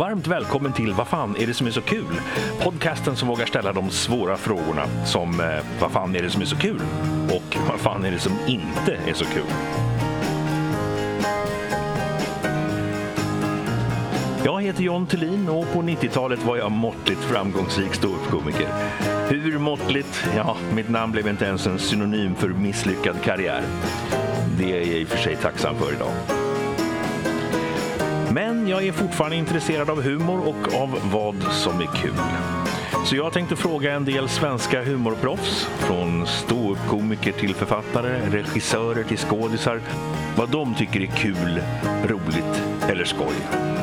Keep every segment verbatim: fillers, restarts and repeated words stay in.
Varmt välkommen till Vad fan är det som är så kul? Podcasten som vågar ställa de svåra frågorna som eh, vad fan är det som är så kul? Och vad fan är det som inte är så kul? Jag heter John Thulin och på nittiotalet var jag måttligt framgångsrik ståuppkomiker. Hur måttligt? Ja, mitt namn blev inte ens en synonym för misslyckad karriär. Det är jag i och för sig tacksam för idag. Men jag är fortfarande intresserad av humor och av vad som är kul. Så jag tänkte fråga en del svenska humorproffs, från ståuppkomiker till författare, regissörer till skådisar, vad de tycker är kul, roligt eller skoj.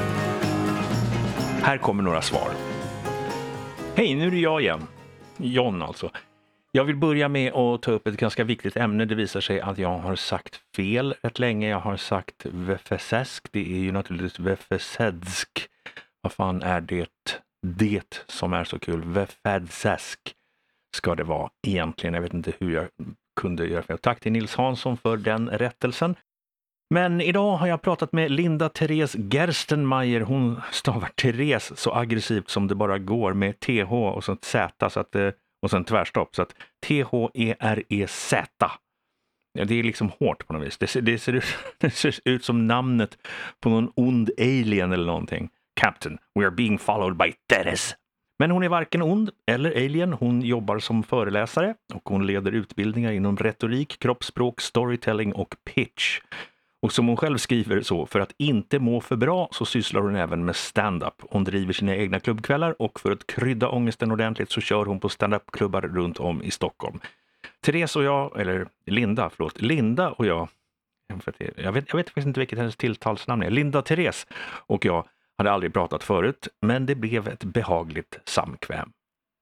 Här kommer några svar. Hej, nu är det jag igen. John alltså. Jag vill börja med att ta upp ett ganska viktigt ämne. Det visar sig att jag har sagt fel rätt länge. Jag har sagt vefesesk. Det är ju naturligtvis vefesedsk. Vad fan är det? Det som är så kul. Vefesedsk ska det vara egentligen. Jag vet inte hur jag kunde göra fel. Tack till Nils Hansson för den rättelsen. Men idag har jag pratat med Linda Therese Gerstenmeier. Hon stavar Therese så aggressivt som det bara går med T H och så ett Z så att det och sen tvärstopp, så att T H E R E Z. Ja, det är liksom hårt på något vis. Det ser, det, ser ut, det ser ut som namnet på någon ond alien eller någonting. Captain, we are being followed by Teres. Men hon är varken ond eller alien. Hon jobbar som föreläsare och hon leder utbildningar inom retorik, kroppsspråk, storytelling och pitch. Och som hon själv skriver så, för att inte må för bra så sysslar hon även med stand-up. Hon driver sina egna klubbkvällar och för att krydda ångesten ordentligt så kör hon på stand-up-klubbar runt om i Stockholm. Therese och jag, eller Linda, förlåt, Linda och jag, jag vet, jag vet faktiskt inte vilket hennes tilltalsnamn är, Linda Therese och jag hade aldrig pratat förut, men det blev ett behagligt samkväm.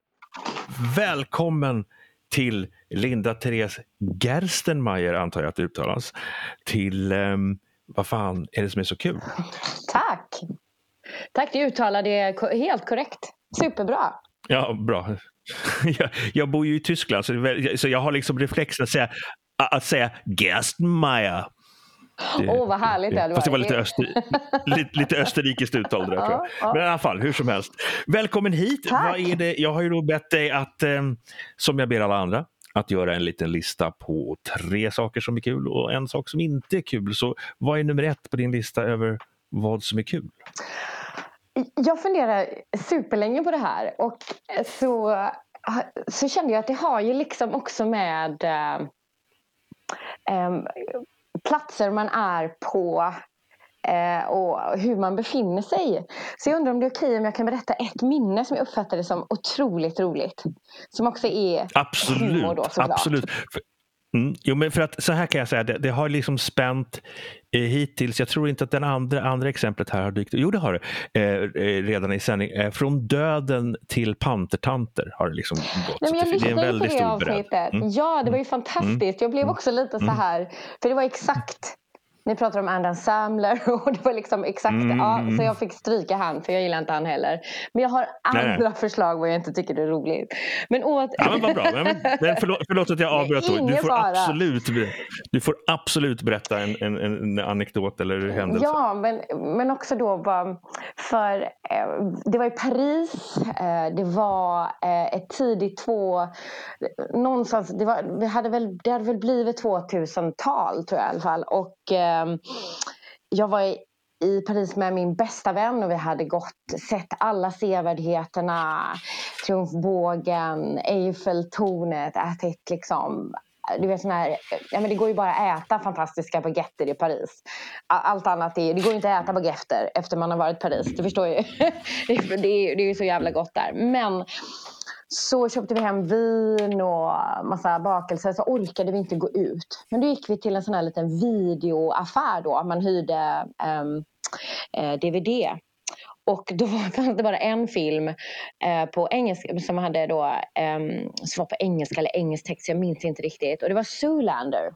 Välkommen till Linda Therese Gerstenmeier, antar jag att det uttalas, till um, vad fan är det som är så kul? Tack! Tack, du uttalar det helt korrekt. Superbra. Ja, bra. jag, jag bor ju i Tyskland så, det, så jag har liksom reflex att säga, att säga Gerstenmeier. Åh, oh, vad härligt det, det fast det var lite, öster, lite, lite österrikiskt uttal där, ja, tror jag. Ja. Men i alla fall, hur som helst. Välkommen hit. Vad är det? Jag har ju då bett dig att, eh, som jag ber alla andra, att göra en liten lista på tre saker som är kul och en sak som inte är kul. Så vad är nummer ett på din lista över vad som är kul? Jag funderar superlänge på det här och så, så kände jag att det har ju liksom också med eh, eh, platser man är på eh, och hur man befinner sig. Så jag undrar om det är okej om jag kan berätta ett minne som jag uppfattade som otroligt roligt. Som också är absolut, humor då, såklart. Absolut. Mm, jo, men för att så här kan jag säga, det, det har liksom spänt eh, hittills. Jag tror inte att den andra, andra exemplet här har dykt. Jo, det har det eh, redan i sändning. Eh, från döden till pantertanter har det liksom gått. Nej, men jag det är en väldigt det stor avsnittet. Mm. Ja, det var ju fantastiskt. Mm. Jag blev också lite så här, för det var exakt. Ni pratar om Adam Sandler och det var liksom exakt, mm. ja, så jag fick stryka han för jag gillar inte han heller. Men jag har andra nej, nej. förslag vad jag inte tycker det är roligt. Men åt... Ja, men vad bra. Men, men förlåt, förlåt att jag avbröt då. Du får, absolut, du får absolut berätta en, en, en anekdot eller händelse. Ja, men, men också då bara, för eh, det var i Paris, eh, det var eh, ett tidigt två, någonstans, det, var, det, hade väl, det hade väl blivit tvåtusental tror jag i alla fall. Och eh, jag var i, i Paris med min bästa vän och vi hade gått, sett alla sevärdheterna, Triumfbågen, Eiffeltornet, ätit liksom, du vet sån här, ja men det går ju bara att äta fantastiska baguetter i Paris. Allt annat är, det går ju inte att äta baguetter efter man har varit i Paris, du förstår ju. det, är, det är ju så jävla gott där. Men så köpte vi hem vin och massa bakelser, så orkade vi inte gå ut. Men då gick vi till en sån här liten videoaffär då, man hyrde um, uh, D V D. Och då fanns det bara en film eh, på engelska som hade då eh, som var på engelska eller engelsk text, jag minns inte riktigt. Och det var Zoolander.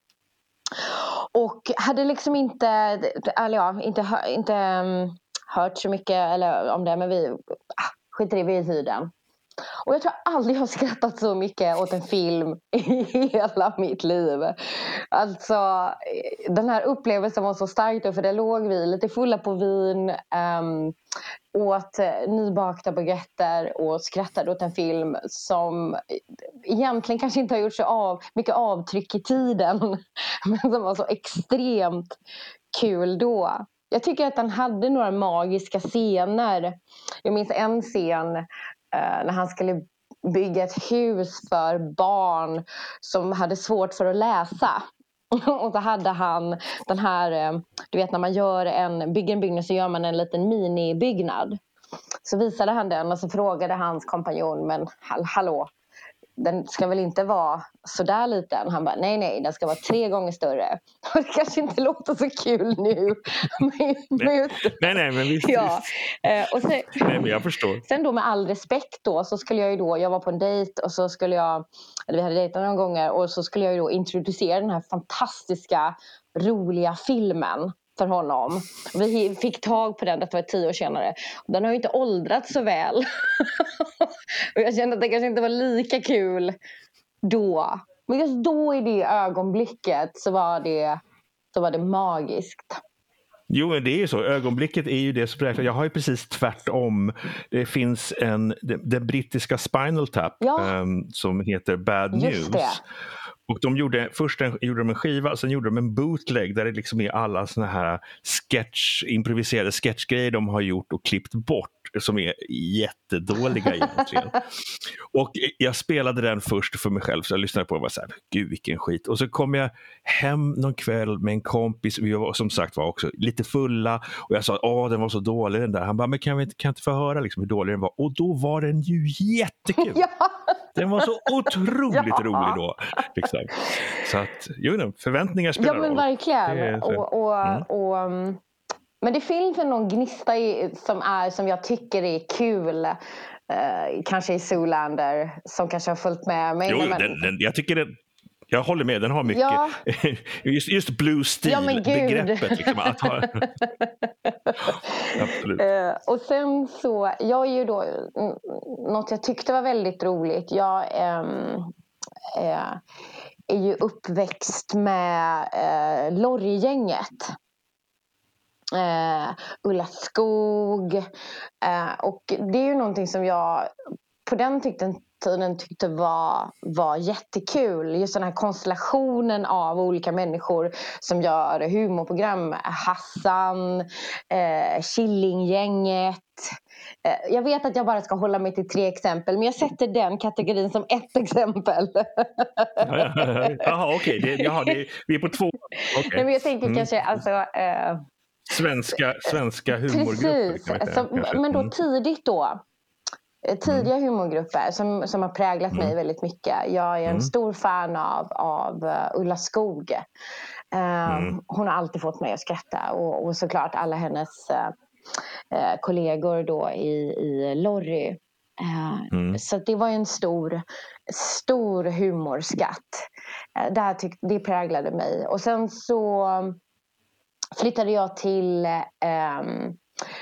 Och hade liksom inte, eller ja, inte, inte um, hört så mycket eller om det, men vi ah, skiter i, vi i tiden. Och jag tror aldrig jag har skrattat så mycket åt en film i hela mitt liv. Alltså den här upplevelsen var så stark för det låg vi lite fulla på vin, um, åt nybakta baguetter och skrattade åt en film som egentligen kanske inte har gjort så av, mycket avtryck i tiden, men som var så extremt kul då. Jag tycker att han hade några magiska scener. Jag minns en scen eh, när han skulle bygga ett hus för barn som hade svårt för att läsa. Och så hade han den här, du vet när man gör en, bygger en byggnad så gör man en liten minibyggnad. Så visade han den och så frågade hans kompanjon, men hallå, den ska väl inte vara så där liten? Han bara, nej nej, den ska vara tre gånger större. Och det kanske inte låter så kul nu. men, nej, just, nej, nej, men visst. Ja. Och sen, nej, men jag förstår. Sen då med all respekt då, så skulle jag ju då, jag var på en dejt och så skulle jag, eller vi hade dejtat några gånger, och så skulle jag ju då introducera den här fantastiska, roliga filmen för honom. Vi fick tag på den, det var tio år senare. Den har ju inte åldrats så väl. Och jag kände att det kanske inte var lika kul då. Men just då i det ögonblicket så var det, så var det magiskt. Jo, det är ju så. Ögonblicket är ju det som räknas. Jag har ju precis tvärtom. Det finns en, den brittiska Spinal Tap ja. um, som heter Bad Just News. Det. Och de gjorde, först en, gjorde de en skiva, sen gjorde de en bootleg där det liksom är alla såna här sketch, improviserade sketchgrejer de har gjort och klippt bort som är jättedåliga egentligen. Och jag spelade den först för mig själv så jag lyssnade på det och var så här, gud vilken skit. Och så kom jag hem någon kväll med en kompis, vi var som sagt var också lite fulla och jag sa, åh den var så dålig den där. Han bara, men kan vi inte, kan inte få höra liksom hur dålig den var? Och då var den ju jättekul. Ja. Den var så otroligt ja. rolig då. Liksom. Så att, jo, förväntningar spelar roll. Ja men verkligen. Och, och, mm. och, um, men det finns någon gnista i, som, är, som jag tycker är kul. Uh, kanske i Zoolander som kanske har följt med mig. Jo, men... den, den, jag tycker den... Jag håller med, den har mycket. Ja. just, just blue stil, ja, begreppet. Liksom, att ha... Absolut. Uh, och sen så, jag är ju då, mm, något jag tyckte var väldigt roligt. Jag um, uh, är ju uppväxt med uh, Lorry-gänget. Uh, Ulla Skog. Uh, och det är ju någonting som jag på den tyckte tiden tyckte var, var jättekul. Just den här konstellationen av olika människor som gör humorprogram. Hassan, eh, Killinggänget. Eh, jag vet att jag bara ska hålla mig till tre exempel, men jag sätter den kategorin som ett exempel. Jaha, okej. Okay. Jaha, det, vi är på två. Okay. Nej, men jag tänker mm. kanske alltså... Eh, svenska, svenska humorgrupper. Precis, kan säga, alltså, men då tidigt då. Tidiga mm. humorgrupper som, som har präglat mm. mig väldigt mycket. Jag är en mm. stor fan av, av uh, Ulla Skog. Uh, mm. Hon har alltid fått mig att skratta. Och, och såklart alla hennes uh, uh, kollegor då i, i Lorry. Uh, mm. Så det var en stor, stor humorskatt. Uh, det, här tyck, det präglade mig. Och sen så flyttade jag till... Um,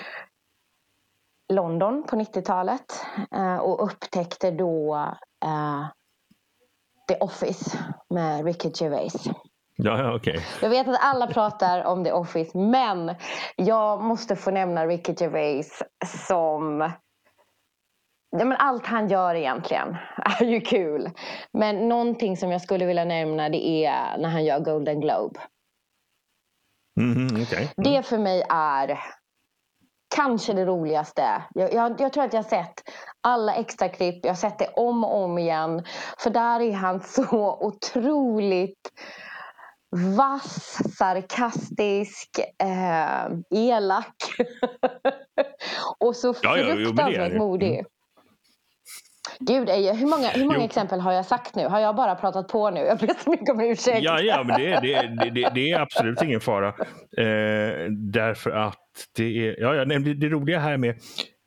London på nittiotalet uh, och upptäckte då uh, The Office med Ricky Gervais. Ja, ja, okej. Okay. Jag vet att alla pratar om The Office, men jag måste få nämna Ricky Gervais som... Ja, men allt han gör egentligen är ju kul. Men någonting som jag skulle vilja nämna, det är när han gör Golden Globe. Mm, okay. mm. Det för mig är... kanske det roligaste. Jag, jag, jag tror att jag har sett alla extra klipp. Jag har sett det om och om igen. För där är han så otroligt vass, sarkastisk, eh, elak. Och så fruktansvärt modig. Mm. Gud, hur många, hur många exempel har jag sagt nu? Har jag bara pratat på nu? Jag ber så mycket om ursäkt. Ja, ja men det är, det, är, det, det är absolut ingen fara. Eh, därför att det är... Ja, ja, det, det roliga här med...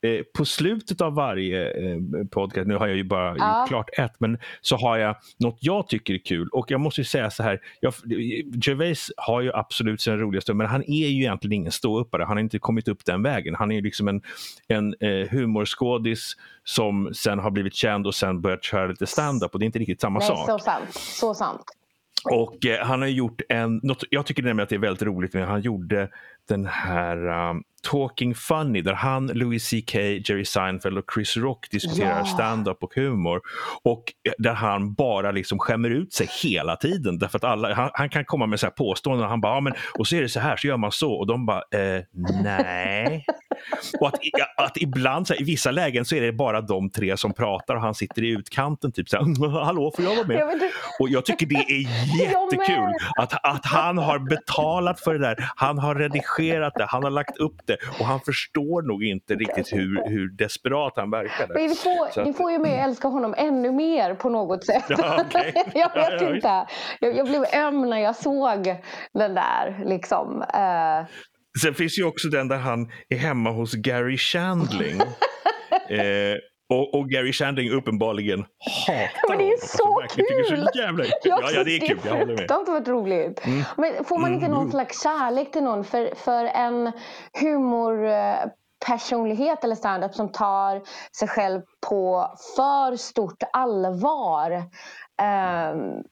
eh, på slutet av varje eh, podcast, nu har jag ju bara Ja. gjort klart ett, men så har jag något jag tycker är kul. Och jag måste ju säga så här, jag, Gervais har ju absolut sina roligaste, men han är ju egentligen ingen ståuppare. Han har inte kommit upp den vägen. Han är ju liksom en, en eh, humorskådis som sen har blivit känd och sen börjat köra lite stand-up, och det är inte riktigt samma Nej, sak. så sant. Så sant. Och eh, han har gjort en, något, jag tycker nämligen att det är väldigt roligt, men han gjorde den här um, Talking Funny, där han, Louis C K, Jerry Seinfeld och Chris Rock diskuterar Ja. stand-up och humor, och där han bara liksom skämmer ut sig hela tiden, därför att alla, han, han kan komma med så här påståenden, han bara, ja, men, och så är det så här, så gör man så, och de bara, eh, nej. Och att, att ibland så här, i vissa lägen så är det bara de tre som pratar, och han sitter i utkanten typ så här, hallå, får jag vara med? Ja, men du... Och jag tycker det är jättekul att, att han har betalat för det där, han har redigerat det, han har lagt upp det, och han förstår nog inte riktigt hur, hur desperat han verkar där. Men det får, att, det får ju mig att älska honom ännu mer på något sätt. Ja, okay. Jag vet ja, ja, inte. Jag, jag blev öm när jag såg den där liksom. Uh... Sen finns ju också den där han är hemma hos Gary Shandling. eh, Och, och Gary Shandling uppenbarligen hatar men det är honom. Så alltså, kul! Så jävla... ja, ja, det är kul, jag håller med. Det har inte varit roligt. Mm. Men får man inte Mm. någon slags kärlek till någon för, för en humorpersonlighet eller stand-up som tar sig själv på för stort allvar, um,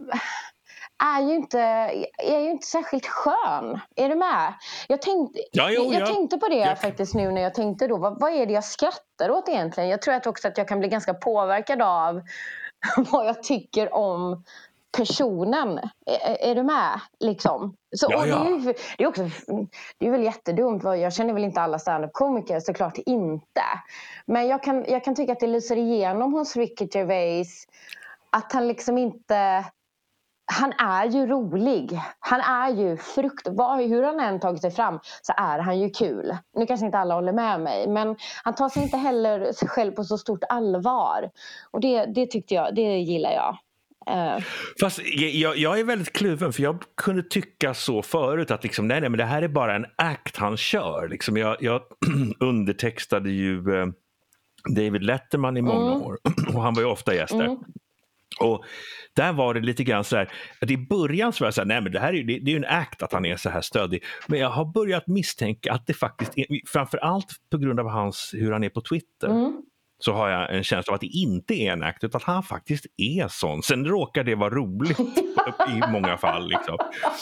är ju inte, är ju inte särskilt skön. Är du med? Jag tänkte, ja, jo, jag ja. tänkte på det ja. faktiskt nu när jag tänkte då. Vad, vad är det jag skrattar åt egentligen? Jag tror att också att jag kan bli ganska påverkad av vad jag tycker om personen. Är, är du med? Liksom. Så, Ja, och ja. det, är ju, det är också det är väl jättedumt. Jag känner väl inte alla stand-up-komiker, såklart inte. Men jag kan, jag kan tycka att det lyser igenom hos Ricky Gervais att han liksom inte... Han är ju rolig. Han är ju frukt... Hur han än tagit sig fram så är han ju kul. Nu kanske inte alla håller med mig, men han tar sig inte heller sig själv på så stort allvar. Och det, det tyckte jag, det gillar jag. Uh. Fast jag, jag är väldigt kluven, för jag kunde tycka så förut att liksom, nej, nej, men det här är bara en act han kör. Liksom jag, jag undertextade ju uh, David Letterman i många mm. år, och han var ju ofta gäst där. Mm. Och där var det lite grann så här, att i början så var jag så här, nej men det här är, det, det är ju en act att han är så här stödig. Men jag har börjat misstänka att det faktiskt är, framförallt på grund av hans, hur han är på Twitter. Mm. Så har jag en känsla av att det inte är en act, utan att han faktiskt är sån. Sen råkar det vara roligt i många fall. Liksom.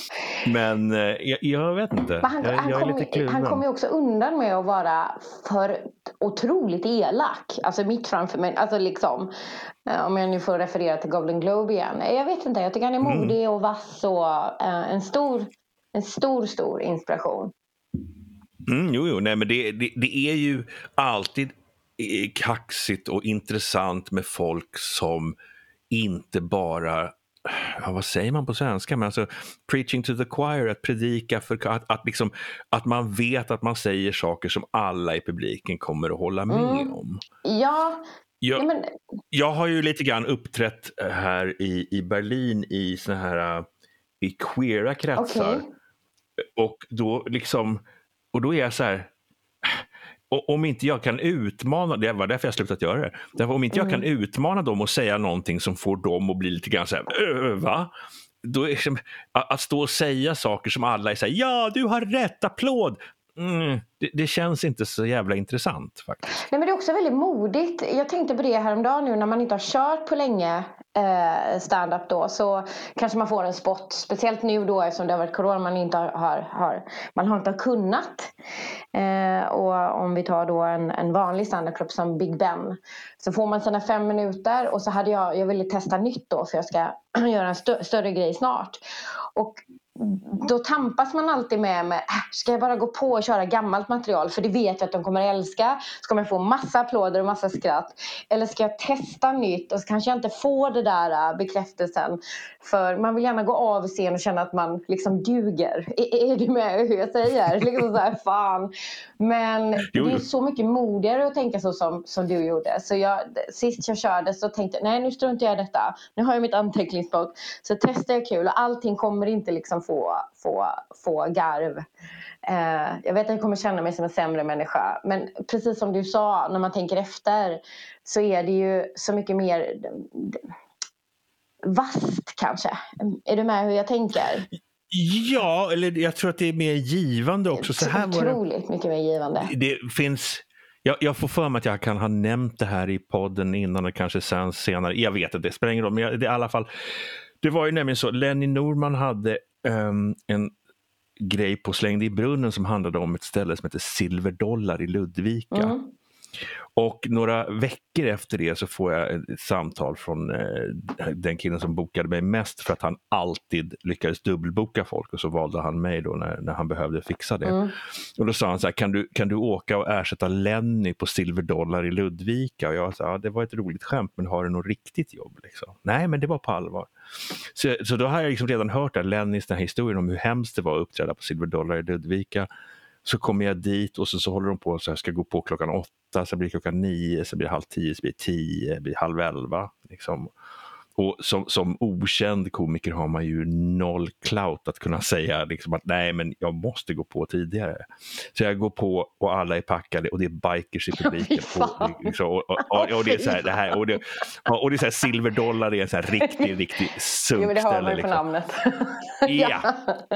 Men eh, jag, jag vet inte. Han, jag, han jag är kom, lite kluven. Han kommer ju också undan med att vara för otroligt elak. Alltså mitt framför mig. Alltså liksom, om jag nu får referera till Golden Globe igen. Jag vet inte, jag tycker han är modig mm. och vass och uh, en stor, en stor, stor inspiration. Mm, jo, jo, nej men det, det, det är ju alltid kaxigt och intressant med folk som inte bara, ja, vad säger man på svenska, men alltså preaching to the choir, att predika för att, att, liksom, att man vet att man säger saker som alla i publiken kommer att hålla med mm. om. Ja, jag, ja men... jag har ju lite grann uppträtt här i, i Berlin i såna här i queera kretsar. Okay. Och då liksom, och då är jag så här, och om inte jag kan utmana, det var därför jag slutat göra det. Därför om inte jag kan utmana dem och säga någonting som får dem att bli lite grann så här, va? Då är det, att stå och säga saker som alla är så här, ja, du har rätt, applåd. Mm, det, det känns inte så jävla intressant faktiskt. Nej, men det är också väldigt modigt. Jag tänkte på det häromdagen nu när man inte har kört på länge eh, stand-up då, så kanske man får en spot, speciellt nu då eftersom det har varit corona, man inte har, har, har man har inte kunnat. Eh, och om vi tar då en, en vanlig stand-up-klubb som Big Ben, så får man sina fem minuter, och så hade jag, jag ville testa nytt då för jag ska göra en stö- större grej snart. Och då tampas man alltid med, med ska jag bara gå på och köra gammalt material för det vet jag att de kommer att älska, så kommer jag få massa applåder och massa skratt, eller ska jag testa nytt och så kanske jag inte får det där bekräftelsen, för man vill gärna gå av scen och känna att man liksom duger. Är, är du med hur jag säger? Liksom så här, fan. Men det är så mycket modigare att tänka så som, som du gjorde, så jag, sist jag körde så tänkte jag, nej nu struntar jag i detta, nu har jag mitt anteckningsbok, så testar jag kul och allting kommer inte liksom få, få, få garv. Eh, jag vet att jag kommer känna mig som en sämre människa. Men precis som du sa, när man tänker efter så är det ju så mycket mer vasst kanske. Är du med hur jag tänker? Ja, eller jag tror att det är mer givande också. Så här var otroligt det, mycket mer givande. Det finns... Jag, jag får för mig att jag kan ha nämnt det här i podden innan och kanske sen senare. Jag vet inte, det spelar ingen roll. Men jag, det, i alla fall, det var ju nämligen så. Lenny Norman hade um, en grej på Slängd i brunnen som handlade om ett ställe som heter Silverdollar i Ludvika. Mm. Och några veckor efter det så får jag ett samtal från eh, den killen som bokade mig mest för att han alltid lyckades dubbelboka folk, och så valde han mig då när, när han behövde fixa det. Mm. Och då sa han så här, kan du, kan du åka och ersätta Lenny på Silverdollar i Ludvika? Och jag sa, ja, det var ett roligt skämt, men har du något riktigt jobb? Liksom? Nej, men det var på allvar. Så, så då har jag liksom redan hört där, Lennys den här historien om hur hemskt det var att uppträda på Silverdollar i Ludvika. Så kommer jag dit och så, så håller de på så här, ska gå på klockan åtta, så blir det klockan nio, så blir det halv tio, så blir det tio, så blir det halv elva. Liksom. Och som, som okänd komiker har man ju noll clout att kunna säga liksom att nej, men jag måste gå på tidigare. Så jag går på och alla är packade och det är bikers i publiken. och, liksom, och, och, och, och det är så här, det här och det, och det är så här, Silverdollar är en så här riktig, riktig sunkställe. Jo, men det har man ju på liksom. namnet. Ja.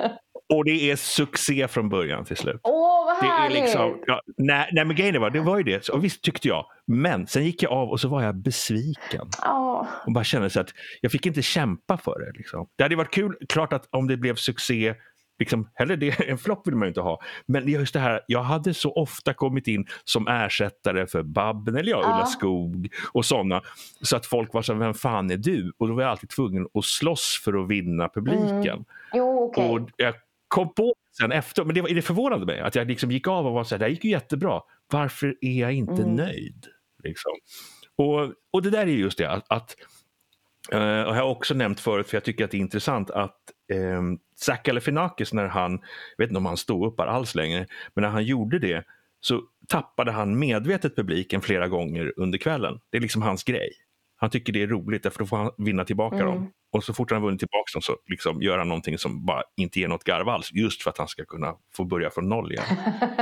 Och det är succé från början till slut. Åh, vad härligt! Det är liksom, ja, nej, nej, men grejen var, det var ju det. Så, och visst tyckte jag. Men sen gick jag av och så var jag besviken. Oh. Och bara kände så att jag fick inte kämpa för det. Liksom. Det hade varit kul, klart att om det blev succé, liksom, heller det, en flopp vill man ju inte ha. Men just det här, jag hade så ofta kommit in som ersättare för Babben eller jag, Ulla ah. Skog och sådana. Så att folk var så, vem fan är du? Och då var jag alltid tvungen att slåss för att vinna publiken. Mm. Jo, okej. Och jag kom på sen efter, men det, var, det förvånade mig att jag liksom gick av och var så här, det gick ju jättebra. Varför är jag inte mm. nöjd? Liksom. Och, och det där är just det att, att uh, och jag har också nämnt förut, för jag tycker att det är intressant att um, Zach Galifianakis, när han, jag vet inte om han stod upp alls längre, men när han gjorde det så tappade han medvetet publiken flera gånger under kvällen. Det är liksom hans grej. Han tycker det är roligt, för då får han vinna tillbaka mm. dem. Och så fort han har vunnit tillbaka dem så liksom gör han någonting som bara inte ger något garv alls. Just för att han ska kunna få börja från noll igen.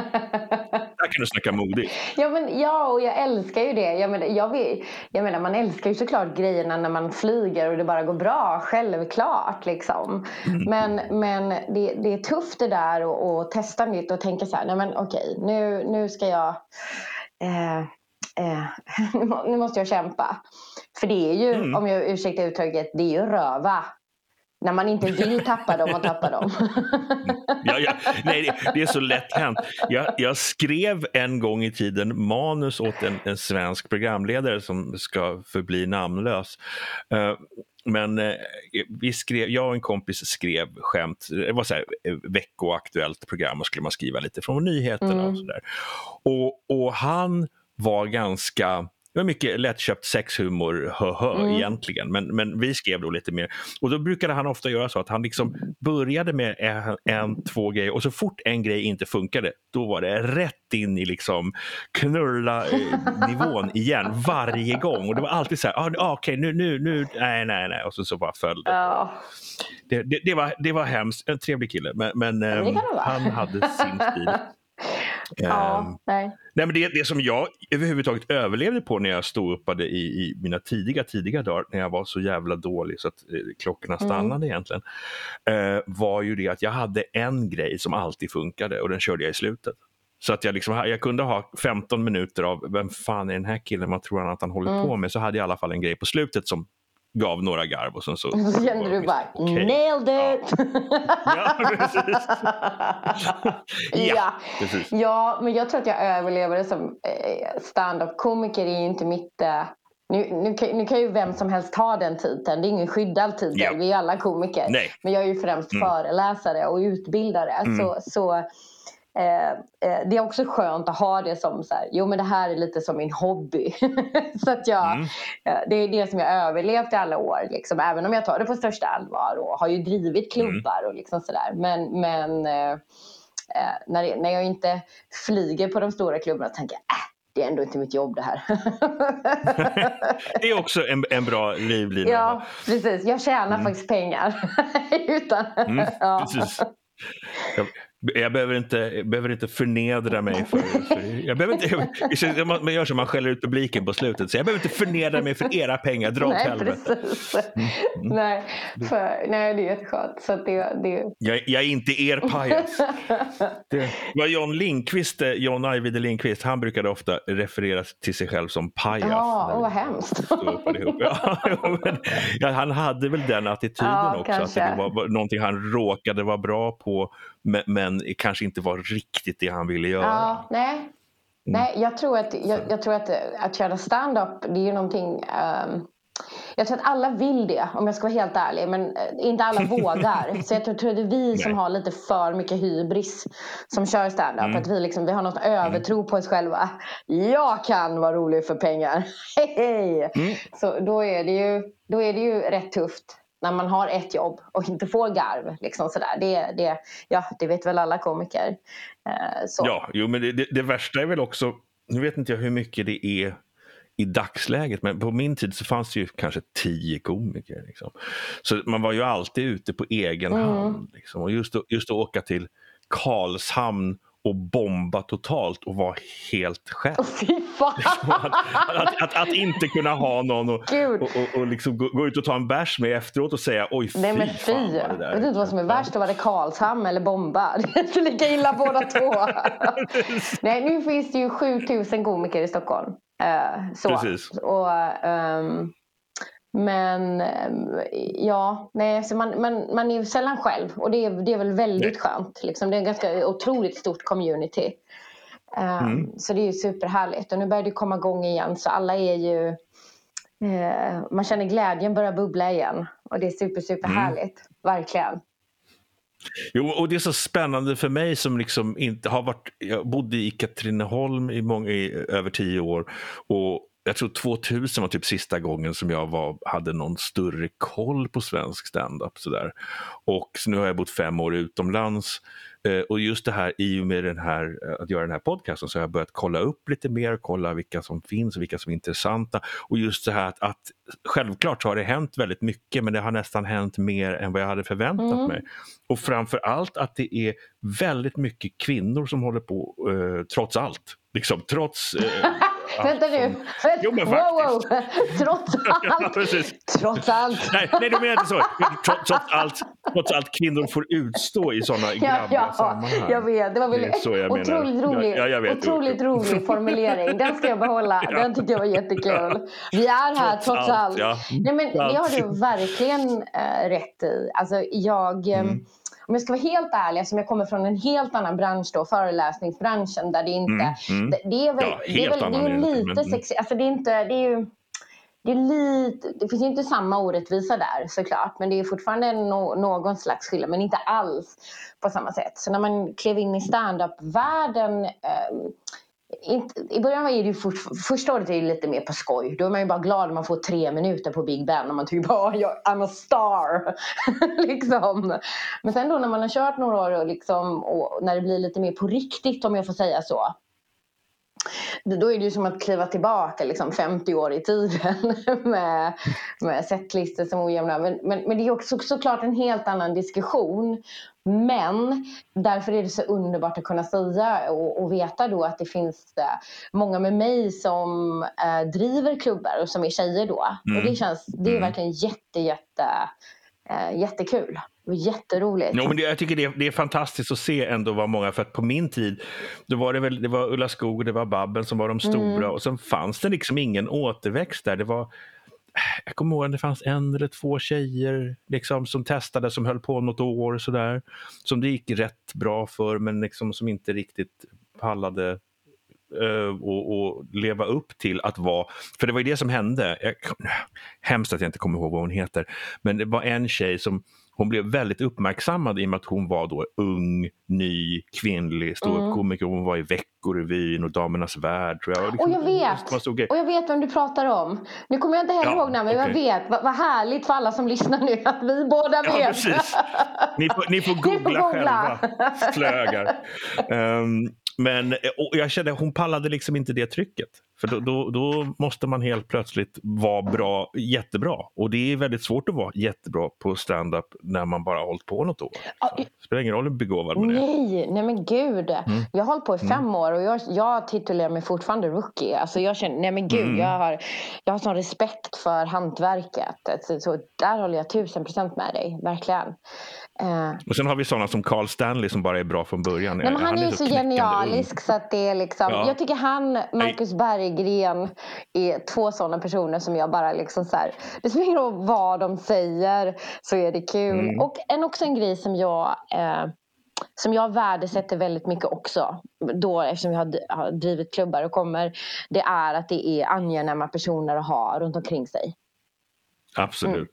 Där kan du snacka modigt. Ja, men, ja, och jag älskar ju det. Jag menar, jag, vill, jag menar, man älskar ju såklart grejerna när man flyger och det bara går bra, självklart. Liksom. Mm. Men, men det, det är tufft det där att testa nytt och tänka så här, nej men okej, nu, nu ska jag... Eh, Eh, nu måste jag kämpa. För det är ju, mm. om jag ursäktar uttrycket, det är ju röva. När man inte vill tappa dem och tappa dem. ja, ja. Nej, det, det är så lätt hänt. Jag, jag skrev en gång i tiden manus åt en, en svensk programledare som ska förbli namnlös. Uh, Men eh, vi skrev, jag och en kompis skrev skämt. Det var så här veckoaktuellt program och skulle man skriva lite från nyheterna mm. och sådär. Och, och han var ganska, det var mycket lättköpt sexhumor hö, hö, mm. egentligen, men, men vi skrev då lite mer, och då brukade han ofta göra så att han liksom började med en, en två grejer och så fort en grej inte funkade, då var det rätt in i liksom knulla eh, nivån igen varje gång, och det var alltid så här, ah, okej okay, nu, nu, nu, nej, nej, nej, och så, så bara föll det. Ja. Det, det, det, var, det var hemskt, en trevlig kille, men, men eh, han hade sin stil. Ja, um, nej. Nej, men det, det som jag överhuvudtaget överlevde på när jag stod uppade i, i mina tidiga, tidiga dagar, när jag var så jävla dålig så att eh, klockorna stannade mm. egentligen, eh, var ju det att jag hade en grej som alltid funkade, och den körde jag i slutet. Så att jag, liksom, jag kunde ha femton minuter av vem fan är den här killen, vad tror han att han håller mm. på med, så hade jag i alla fall en grej på slutet som gav några garv, och sen så... Och så kände du bara, okay. Nailed it! Ja, ja precis. ja, ja. precis. Ja, men jag tror att jag överlever det som stand-up-komiker är ju inte mitt... Nu, nu, kan, nu kan ju vem som helst ta den titeln. Det är ingen skyddad titel, ja. Vi är alla komiker. Nej. Men jag är ju främst mm. föreläsare och utbildare. Mm. Så... så Eh, eh, det är också skönt att ha det som så här, jo men det här är lite som min hobby. Så att jag, mm. eh, det är det som jag överlevt i alla år liksom, även om jag tar det på största allvar och har ju drivit klubbar mm. och liksom sådär, men, men eh, när, när jag inte flyger på de stora klubbarna tänker jag, äh, det är ändå inte mitt jobb det här. Det är också en, en bra livlina. Ja, precis. Jag tjänar mm. faktiskt pengar. Utan, mm, ja. precis. Jag, jag behöver inte, jag behöver inte förnedra mig för, för jag behöver inte, jag, man gör som man skäller ut publiken på slutet, så jag behöver inte förnedra mig för era pengar, dra åt helvete. Mm. Mm. Nej, för, nej, det är jätteskönt. Så det, det... Jag, jag är inte er pajas. Det var John Lindqvist, John Ajvide Lindqvist, han brukade ofta referera till sig själv som pajas. Ja, åh, vad hemskt. Ja, men, ja, han hade väl den attityden ja, också, kanske. Att det var någonting han råkade vara bra på, men, men kanske inte var riktigt det han ville göra. Ja, nej. Mm. Nej, jag tror att, jag, jag tror att, att köra stand-up, det är ju någonting... Um, jag tror att alla vill det, om jag ska vara helt ärlig, men inte alla vågar. Så jag tror, tror att det är vi som Nej. har lite för mycket hybris som kör stand-up. Mm. Att vi, liksom, vi har något övertro på oss själva. Jag kan vara rolig för pengar. Hej! Mm. Så då är, det ju, då är det ju rätt tufft när man har ett jobb och inte får garv. Liksom sådär. Det, det, ja, det vet väl alla komiker. Så. Ja, jo, men det, det, det värsta är väl också, nu vet inte jag hur mycket det är i dagsläget, men på min tid så fanns det ju kanske tio komiker. Liksom. Så man var ju alltid ute på egen mm. hand. Liksom. Och just, just att åka till Karlshamn och bomba totalt och vara helt själv. Oh, fy fan. att, att, att, att inte kunna ha någon och, och, och, och liksom gå, gå ut och ta en bärs med efteråt och säga oj fy, Nej, men fy. Fan vad det där. Jag vet inte vad som är värst, att vara Karlshamn eller bomba. Det är inte lika illa båda två. Nej, nu finns det ju sjutusen komiker i Stockholm. Uh, så. Precis. Och, um, men um, ja, nej, så man, man, man är ju sällan själv. Och det är, det är väl väldigt nej. skönt liksom. Det är en ganska otroligt stort community. um, mm. Så det är ju superhärligt. Och nu börjar det komma igång igen. Så alla är ju uh, man känner glädjen börja bubbla igen. Och det är super super härligt, mm. verkligen. Jo, och det är så spännande för mig som liksom inte har varit, jag bodde i Katrineholm i, många, i över tio år och jag tror tvåtusen var typ sista gången som jag var, hade någon större koll på svensk stand-up sådär. Och så nu har jag bott fem år utomlands eh, och just det här i och med den här, att göra den här podcasten så har jag börjat kolla upp lite mer, kolla vilka som finns och vilka som är intressanta. Och just det här att, att självklart har det hänt väldigt mycket, men det har nästan hänt mer än vad jag hade förväntat mm. mig. Och framförallt att det är väldigt mycket kvinnor som håller på eh, trots allt. Liksom, trots... Eh, Vänta nu. Jo, men wow, wow. Trots allt. Ja, trots allt. Nej, nej, du menar inte så. Trots, trots, allt, trots allt kvinnor får utstå i sådana grabbiga ja, ja, sammanhang. Jag vet. Det var väl en otroligt rolig, ja, jag vet, otroligt rolig formulering. Den ska jag behålla. Ja. Den tycker jag var jättekul. Vi är här trots, trots allt. allt. Ja. Nej, men det har du verkligen äh, rätt i. Alltså, jag... Mm. Om jag ska vara helt ärlig, som jag kommer från en helt annan bransch då, föreläsningsbranschen, där det inte, mm, mm. Det, det är väl, ja, det är väl det är lite men... sexigt, alltså det är inte, det är ju, det är lite, det finns ju inte samma orättvisa där såklart, men det är fortfarande no, någon slags skillnad, men inte alls på samma sätt. Så när man klev in i stand-up-världen, eh, Inte, i början var det ju för, första året är det lite mer på skoj. Då är man ju bara glad om man får tre minuter på Big Ben och man tycker bara I'm a star. liksom. Men sen då när man har kört några år och, liksom, och när det blir lite mer på riktigt, om jag får säga så, då är det ju som att kliva tillbaka liksom femtio år i tiden med, med setlistor som ojämna. Men, men, men det är också såklart en helt annan diskussion. Men därför är det så underbart att kunna säga och, och veta då att det finns äh, många med mig som äh, driver klubbar och som är tjejer då. Mm. Och det känns, det är mm. verkligen jätte, jätte, äh, jättekul. Och jätteroligt. Ja, men det, jag tycker det är, det är fantastiskt att se ändå vad många, för att på min tid då var det väl, det var Ulla Skog och det var Babben som var de stora mm. och sen fanns det liksom ingen återväxt där. Det var, jag kommer ihåg att det fanns en eller två tjejer liksom, som testade, som höll på något år sådär, som det gick rätt bra för, men liksom, som inte riktigt pallade uh, och, och leva upp till att vara, för det var ju det som hände. Jag, hemskt att jag inte kommer ihåg vad hon heter, men det var en tjej som hon blev väldigt uppmärksammad i och med att hon var då ung, ny, kvinnlig ståuppkomiker. Mm. Hon var i Veckorevyn och Damernas Värld, tror jag. Och jag vet, och jag vet vem du pratar om. Nu kommer jag inte heller ja, ihåg när, men okay. jag vet. Vad, vad härligt för alla som lyssnar nu att vi båda vet. Ja, precis. Ni får, ni får googla, ni får googla. själva. Flögar. Um, Men och jag kände hon pallade liksom inte det trycket. För då, då, då måste man helt plötsligt vara bra, jättebra. Och det är väldigt svårt att vara jättebra på stand-up när man bara har hållit på något år. Så det spelar ingen roll hur begåvad man är. Nej, nej men gud. Mm. Jag har hållit på i fem Mm. år och jag, jag titulerar mig fortfarande rookie. Alltså jag känner, nej men gud, Mm. jag har, jag har sån respekt för hantverket. Så, så där håller jag tusen procent med dig, verkligen. Uh. Och sen har vi sådana som Carl Stanley som bara är bra från början. Nej, men han, han är ju så, så genialisk ung. Så att det är liksom, ja. Jag tycker han, Marcus Berggren är två sådana personer som jag bara liksom så här, det spelar ingen roll vad de säger så är det kul. Mm. Och en, också en grej som jag eh, som jag värdesätter väldigt mycket också då, eftersom jag har, har drivit klubbar och kommer, det är att det är angenäma personer att ha runt omkring sig. Absolut. Mm.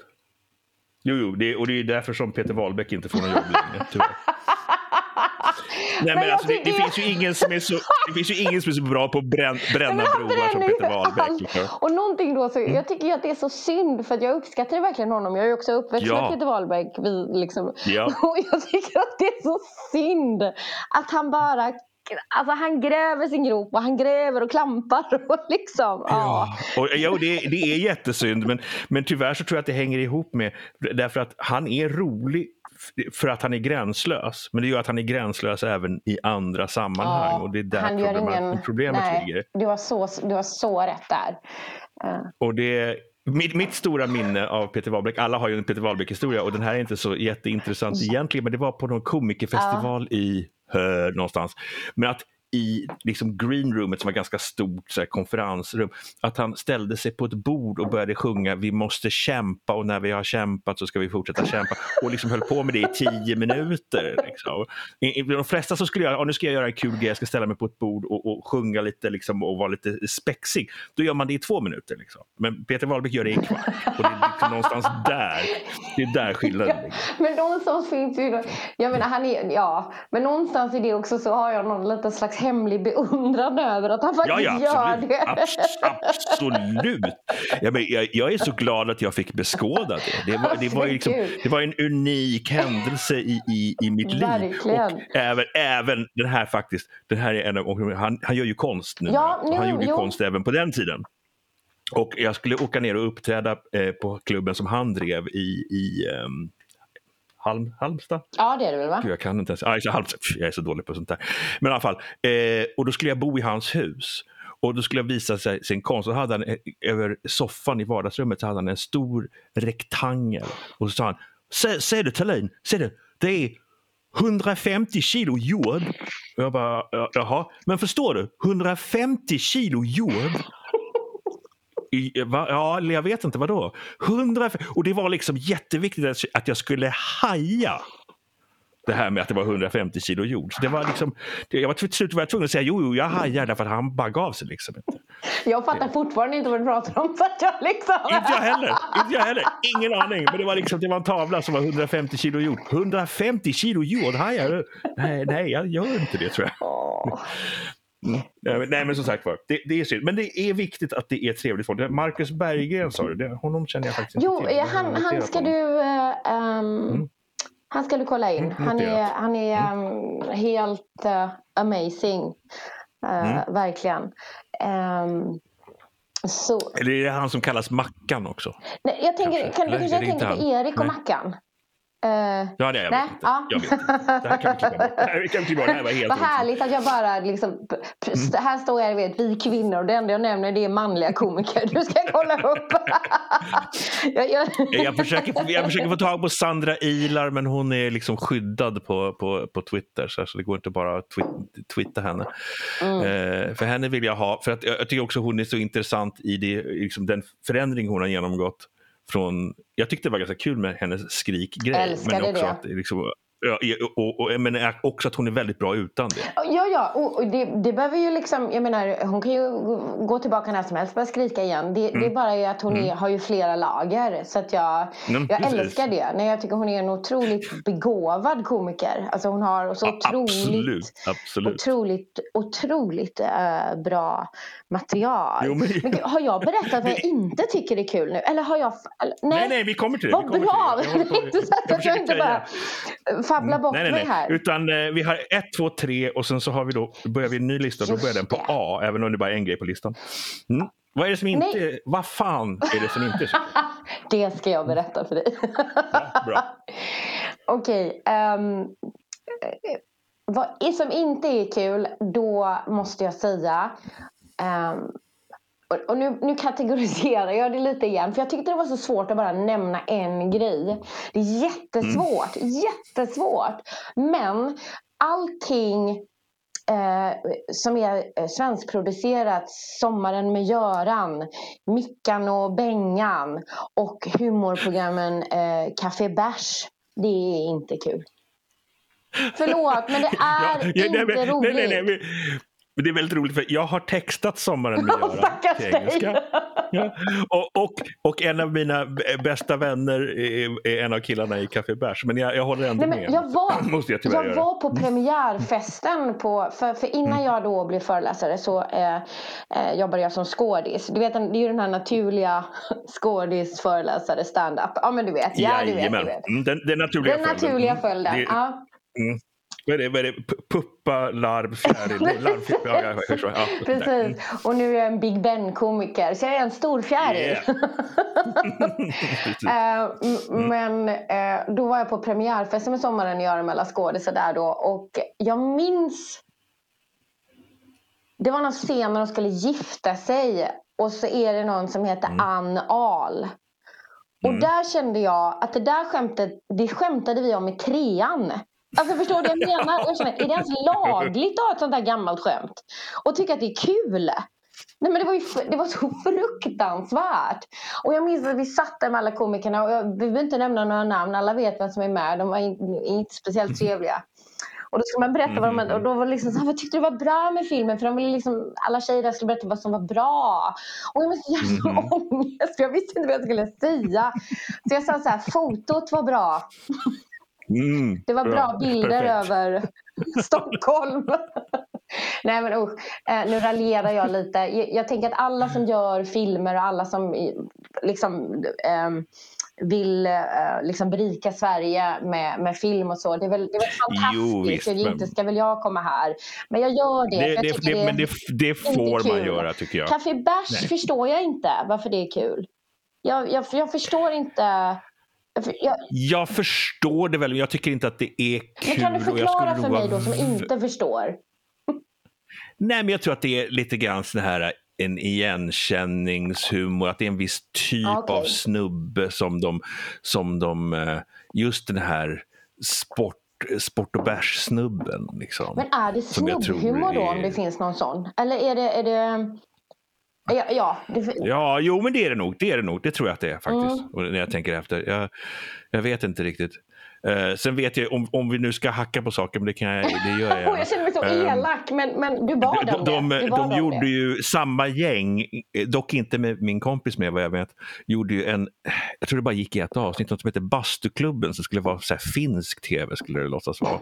Jo, jo det, och det är därför som Peter Wahlbeck inte får någon jobb längre, tyvärr. Nej, men, men alltså, det, det, finns ju ingen som är så, det finns ju ingen som är så bra på att brän, bränna broar som Peter Wahlbeck. Och någonting då, så, mm. jag tycker ju att det är så synd, för att jag uppskattar verkligen honom. Jag är ju också uppväxt ja. med Peter Wahlbeck. Vi, liksom, ja. Och jag tycker att det är så synd att han bara... Alltså han gräver sin grop och han gräver och klampar och liksom, ja. ja. Och, ja, det, det är jättesynd, men, men tyvärr så tror jag att det hänger ihop med, därför att han är rolig för att han är gränslös, men det gör att han är gränslös även i andra sammanhang, ja, och det är där han problem, ingen, problemet nej, ligger. Du har så, du har så rätt där. Uh. Och det Mitt, mitt stora minne av Peter Wahlbeck, alla har ju en Peter Wahlbeck-historia och den här är inte så jätteintressant egentligen, men det var på någon komikerfestival ja. i Hör någonstans. Men att i liksom greenroomet som var ganska stort så här, konferensrum, att han ställde sig på ett bord och började sjunga vi måste kämpa och när vi har kämpat så ska vi fortsätta kämpa och liksom höll på med det i tio minuter liksom. I, i de flesta så skulle jag, ja, nu ska jag göra en kul grej, jag ska ställa mig på ett bord och, och sjunga lite liksom, och vara lite spexig, då gör man det i två minuter liksom. Men Peter Wahlbeck gör det i en kvart och det är liksom någonstans där, det är där skillnaden ligger. Men någonstans finns ju, jag menar han är, ja, men någonstans i det också så har jag någon liten slags hemlig beundran över att han faktiskt ja, ja, gör det. Abs- absolut. Jag, men, jag, jag är så glad att jag fick beskåda det. Det var, det var, liksom, det var en unik händelse i, i, i mitt liv. Verkligen. Och även, även den här faktiskt, den här är en av, han, han gör ju konst nu. Ja, nu han gjorde ju jo. konst även på den tiden. Och jag skulle åka ner och uppträda eh, på klubben som han drev i... i um, Halm, Halmstad? Ja, det är det väl, va? Jag kan inte ens. Ah, jag, är så, jag är så dålig på sånt där. Men i alla fall. Eh, och då skulle jag bo i hans hus. Och då skulle jag visa sig sin konst. Och hade han eh, över soffan i vardagsrummet så hade han en stor rektangel. Och så sa han, se, se du Thelin, se du, det är hundrafemtio kilo jord. Och jag bara, jaha. Men förstår du, hundrafemtio kilo jord. Va? Ja, jag vet inte vad då. hundra och det var liksom jätteviktigt att jag skulle haja det här med att det var hundrafemtio kilo jord. Så det var liksom, jag var till slut var jag tvungen att säga jo, jo, jag hajar därför att han bara gav sig liksom inte. Jag fattar det. fortfarande inte vad du pratar om för att jag liksom... Inte jag heller, inte jag heller. Ingen aning, men det var liksom, det var en tavla som var hundrafemtio kilo jord. hundrafemtio kilo jord, hajar du? Nej, nej, jag gör inte det tror jag. Oh. Mm. Nej, men som sagt var, det, det är synd. Men det är viktigt att det är trevligt folk. Marcus Berggren sa du, det, honom känner jag faktiskt jo, inte till. Jo, han, han ska du um, mm. han ska du kolla in. Mm, han är, han är um, mm. helt uh, amazing. Uh, mm. Verkligen. Um, så. Eller är det han som kallas Mackan också? Nej, jag tänker, kanske. kan du kanske tänka på Erik och nej. Mackan? Uh, ja, det är jag vet inte. Ja. Jag vet inte. Det här kan vi klippa bort. Det här kan vi klippa bort. Det här var helt vad härligt att jag bara liksom, mm. här står jag, vet, vi kvinnor och det enda jag nämner det är manliga komiker. Du ska kolla upp. jag, jag... jag, försöker, jag försöker få tag på Sandra Ilar, men hon är liksom skyddad på, på, på Twitter så det går inte bara att twi- twitta henne. Mm. Uh, för henne vill jag ha, för att jag, jag tycker också hon är så intressant i det, liksom den förändring hon har genomgått. Från, jag tyckte det var ganska kul med hennes skrikgrej. Älskade men också det. Att, liksom, och, och, och, men också att hon är väldigt bra utan det. Ja, ja. Och, och det, det behöver ju liksom, jag menar, hon kan ju gå tillbaka när som helst och börja skrika igen. Det, mm. det är bara ju att hon mm. är, har ju flera lager. Så att jag, mm, jag älskar det. Nej, jag tycker hon är en otroligt begåvad komiker. Alltså hon har så otroligt, absolut, absolut. otroligt, otroligt äh, bra material. Jo, men, men har jag berättat att jag inte tycker det är kul nu? Eller har jag... Eller, nej. nej, nej, vi kommer till det. Vad bra! Det är inte så att jag, jag inte bara fabbla bort nej, nej, nej. mig här. Utan eh, vi har ett, två, tre och sen så har har vi då, börjar vi en ny lista. Då börjar den på A, även om det bara är en grej på listan. Mm. Vad är det som inte, Nej. vad fan är det som inte är så? Det ska jag berätta för dig. Ja, bra. Okej, okay, um, vad som inte är kul, då måste jag säga... Um, och, och nu, nu kategoriserar jag det lite igen. För jag tyckte det var så svårt att bara nämna en grej. Det är jättesvårt, mm. jättesvårt. Men allting... Eh, som är svenskproducerat, Sommaren med Göran, Mickan och Bengan och humorprogrammen eh, Café Bärs, det är inte kul. Förlåt, men det är ja, ja, inte nej, men, roligt. Nej, nej, nej, men det är väldigt roligt, för jag har textat Sommaren med Göran till engelska. Ja. Och, och, och en av mina bästa vänner är, är en av killarna i Café Bärs. Men jag, jag håller ändå Nej, med. Jag var, Måste jag jag var på premiärfesten. På, för, för innan mm. jag då blev föreläsare så eh, eh, jobbade jag som skådis. Du vet, det är ju den här naturliga skådis, föreläsare, stand-up. Ja, men du vet. Ja, du vet, du vet. Den, den naturliga den följden. Naturliga följden. Det, ja. Mm. Vad är det? Vad är det? Puppa, larv, fjäril. larv, fjäril. Ja, jag förstår. Ja, precis. Och nu är jag en Big Ben-komiker. Så jag är en stor fjäril. Yeah. uh, men uh, då var jag på premiärfesten med Sommaren i Göran skådisar där då. Och jag minns... Det var någon scen när de skulle gifta sig. Och så är det någon som heter mm. Ann Ahl. Och mm. där kände jag att det där skämtet, det skämtade vi om i trean. Alltså förstår du vad jag menar? Jag känner, är det ens lagligt att ha ett sånt där gammalt skämt? Och tycka att det är kul? Nej, men det var ju det var så fruktansvärt. Och jag minns att vi satt där med alla komikerna. Och jag vill inte nämna några namn. Alla vet vem som är med. De var inte speciellt trevliga. Och då skulle man berätta vad de... Och då var det liksom så här, vad tyckte du var bra med filmen? För de ville liksom... Alla tjejer där skulle berätta vad som var bra. Och jag var så jävla mm. ångest. För jag visste inte vad jag skulle säga. Så jag sa så här, fotot var bra. Mm, det var bra, bra bilder perfekt. Över Stockholm. Nej men usch, eh, nu raljerar jag lite. Jag, jag tänker att alla som gör filmer och alla som liksom eh, vill eh, liksom berika Sverige med, med film och så, det är väl, det är väl fantastiskt. Jo, visst, men... Inte ska väl jag komma här. Men jag gör det. det, jag det, det, det men det, det får man göra, tycker jag. Café Bärs Nej. Förstår jag inte varför det är kul. Jag, jag, jag förstår inte... Jag, jag förstår det väl, men jag tycker inte att det är kul. Men kan du förklara för mig då som inte förstår? Nej, men jag tror att det är lite grann så här en igenkänningshumor, att det är en viss typ okay. av snubbe som de, som de just den här sport, sport och bärs-snubben liksom. Men är det snubbhumor då, om det finns någon sån? Eller är det... Är det... Ja, ja, det... ja, jo men det är det nog, det är det nog, det tror jag att det är faktiskt. Mm. Och när jag tänker efter, jag, jag vet inte riktigt. Uh, sen vet jag, om, om vi nu ska hacka på saker, men det kan jag, det gör jag. Jag känner mig så uh, elak, men, men du bad om de, det. De, de gjorde det. Ju samma gäng, dock inte med min kompis med vad jag vet, gjorde ju en, jag tror det bara gick i ett avsnitt, något som heter Bastuklubben, som skulle vara så här finsk tv, skulle det låtsas vara.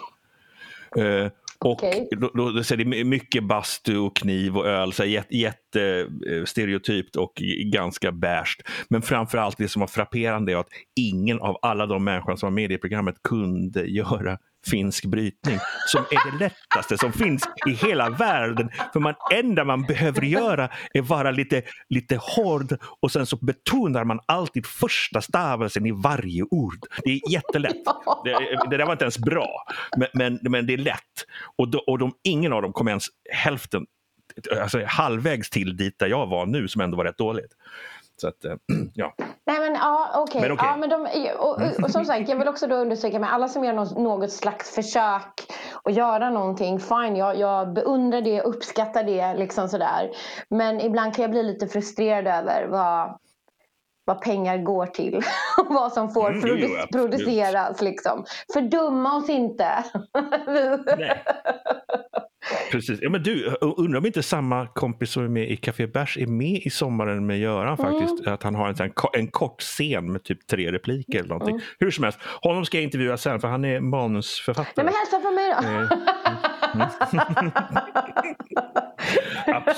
Uh, och okay. då, då, då, så är det mycket bastu och kniv och öl, så jätte, jätte stereotypt och ganska bärst. Men framförallt det som var frapperande är att ingen av alla de människor som var med i programmet kunde göra finsk brytning, som är det lättaste som finns i hela världen. För man enda man behöver göra är vara lite, lite hård, och sen så betonar man alltid första stavelsen i varje ord. Det är jättelätt. Det, det där var inte ens bra, men, men, men det är lätt. Och, då, och de, ingen av dem kom ens hälften, alltså halvvägs till dit där jag var nu, som ändå var rätt dåligt. Så att, ja. Nej men ja, okej. Okay. Okay. Ja, men de, och, och, och som sagt, jag vill också då undersöka med alla som gör något, något slags försök att göra någonting, fine, jag, jag beundrar det, uppskattar det liksom sådär. Men ibland kan jag bli lite frustrerad över vad, vad pengar går till och vad som får mm, produ- jo, produceras liksom. Fördumma oss inte. Nej. Precis. Ja, men du, undrar om inte samma kompis som är med i Café Bärs är med i Sommaren med Göran faktiskt. Mm. Att han har en, en, en kort scen med typ tre repliker eller någonting. Mm. Hur som helst, honom ska jag intervjua sen, för han är manusförfattare. Nej, men hälsa från mig då.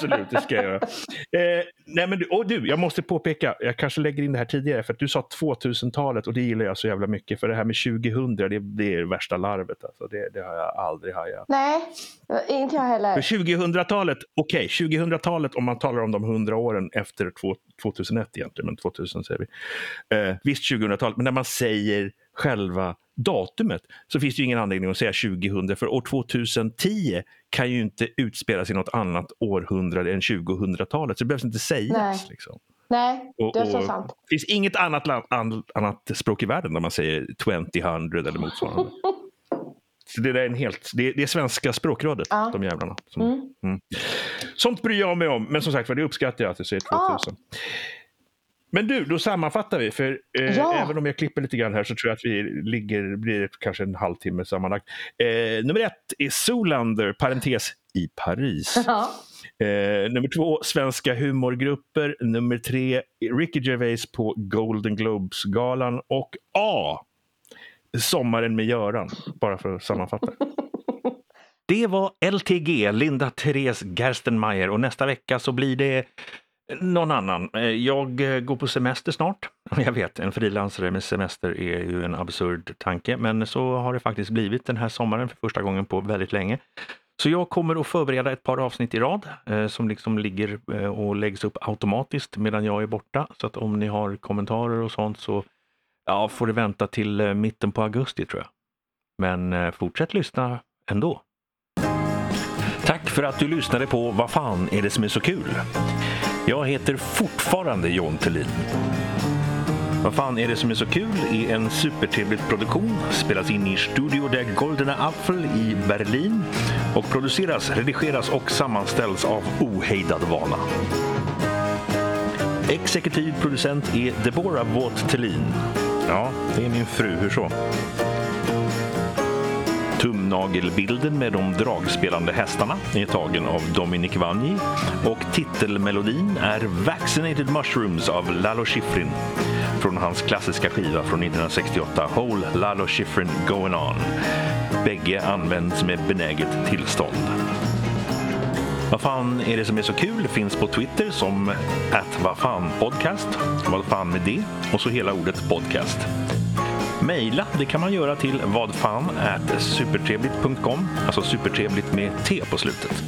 Absolut, det ska jag göra. Eh, nej men du, och du, jag måste påpeka, jag kanske lägger in det här tidigare, för att du sa tvåtusentalet och det gillar jag så jävla mycket. För det här med tjugohundra, det, det är värsta larvet. Alltså. Det, det har jag aldrig hajat. Nej, inte jag heller. För tjugohundratalet, okej, okay, tjugohundratalet om man talar om de hundra åren efter tvåtusenett egentligen, men tvåtusen säger vi. Eh, visst tjugohundratalet, men när man säger själva datumet så finns det ju ingen anledning att säga tjugohundra, för år tvåtusentio kan ju inte utspelas i något annat århundrade än tjugohundratalet, så det behövs inte sägas. Nej, liksom. Nej det är och, så och, sant. Det finns inget annat, an, annat språk i världen där man säger tjugohundra eller motsvarande. Så det är, en helt, det är, det är svenska språkrådet, ja. De jävlarna. Som, mm. Mm. Sånt bryr jag mig om, men som sagt, för det uppskattar jag att du säger tvåtusen. Ah. Men du, då sammanfattar vi, för eh, ja. även om jag klipper lite grann här så tror jag att vi ligger, blir kanske en halvtimme sammanlagt. Eh, nummer ett är Zoolander, parentes, i Paris. Ja. Eh, nummer två, svenska humorgrupper. Nummer tre, Ricky Gervais på Golden Globes-galan. Och A, Sommaren med Göran, bara för att sammanfatta. Det var L T G, Linda Therese Gerstenmeier, och nästa vecka så blir det någon annan. Jag går på semester snart. Jag vet, en frilansare med semester är ju en absurd tanke, men så har det faktiskt blivit den här sommaren för första gången på väldigt länge. Så jag kommer att förbereda ett par avsnitt i rad eh, som liksom ligger eh, och läggs upp automatiskt medan jag är borta. Så att om ni har kommentarer och sånt så ja, får det vänta till eh, mitten på augusti tror jag. Men eh, fortsätt lyssna ändå. Tack för att du lyssnade på Vad fan är det som är så kul? Jag heter fortfarande John Thelin. Vad fan är det som är så kul är en supertrevlig produktion, spelas in i Studio der Goldene Apfel i Berlin och produceras, redigeras och sammanställs av Ohejdad Vana. Exekutiv producent är Deborah Vought Thelin. Ja, det är min fru, hur så? Tumnagelbilden med de dragspelande hästarna är tagen av Dominic Vanji och titelmelodin är Vaccinated Mushrooms av Lalo Schifrin från hans klassiska skiva från nittonhundrasextioåtta, Whole Lalo Schifrin Going On. Bägge används med benäget tillstånd. Vad fan är det som är så kul finns på Twitter som at vad fan podcast, vad fan med det och så hela ordet podcast. Maila, det kan man göra till vadfan at supertrevligt punkt com, alltså supertrevligt med T på slutet.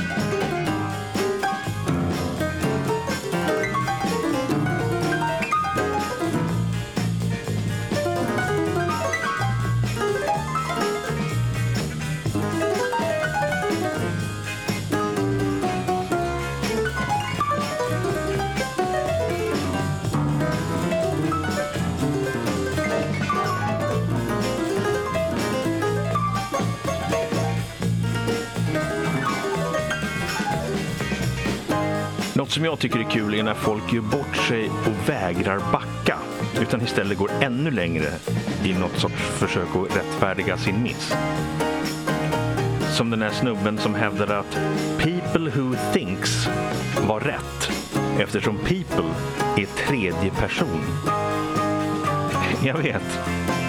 Något som jag tycker är kul är när folk gör bort sig och vägrar backa, utan istället går ännu längre i något sorts försök att rättfärdiga sin miss. Som den här snubben som hävdade att people who thinks var rätt, eftersom people är tredje person. Jag vet.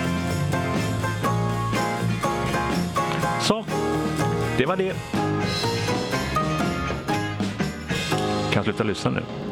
Så, det var det. Kan sluta lyssna nu.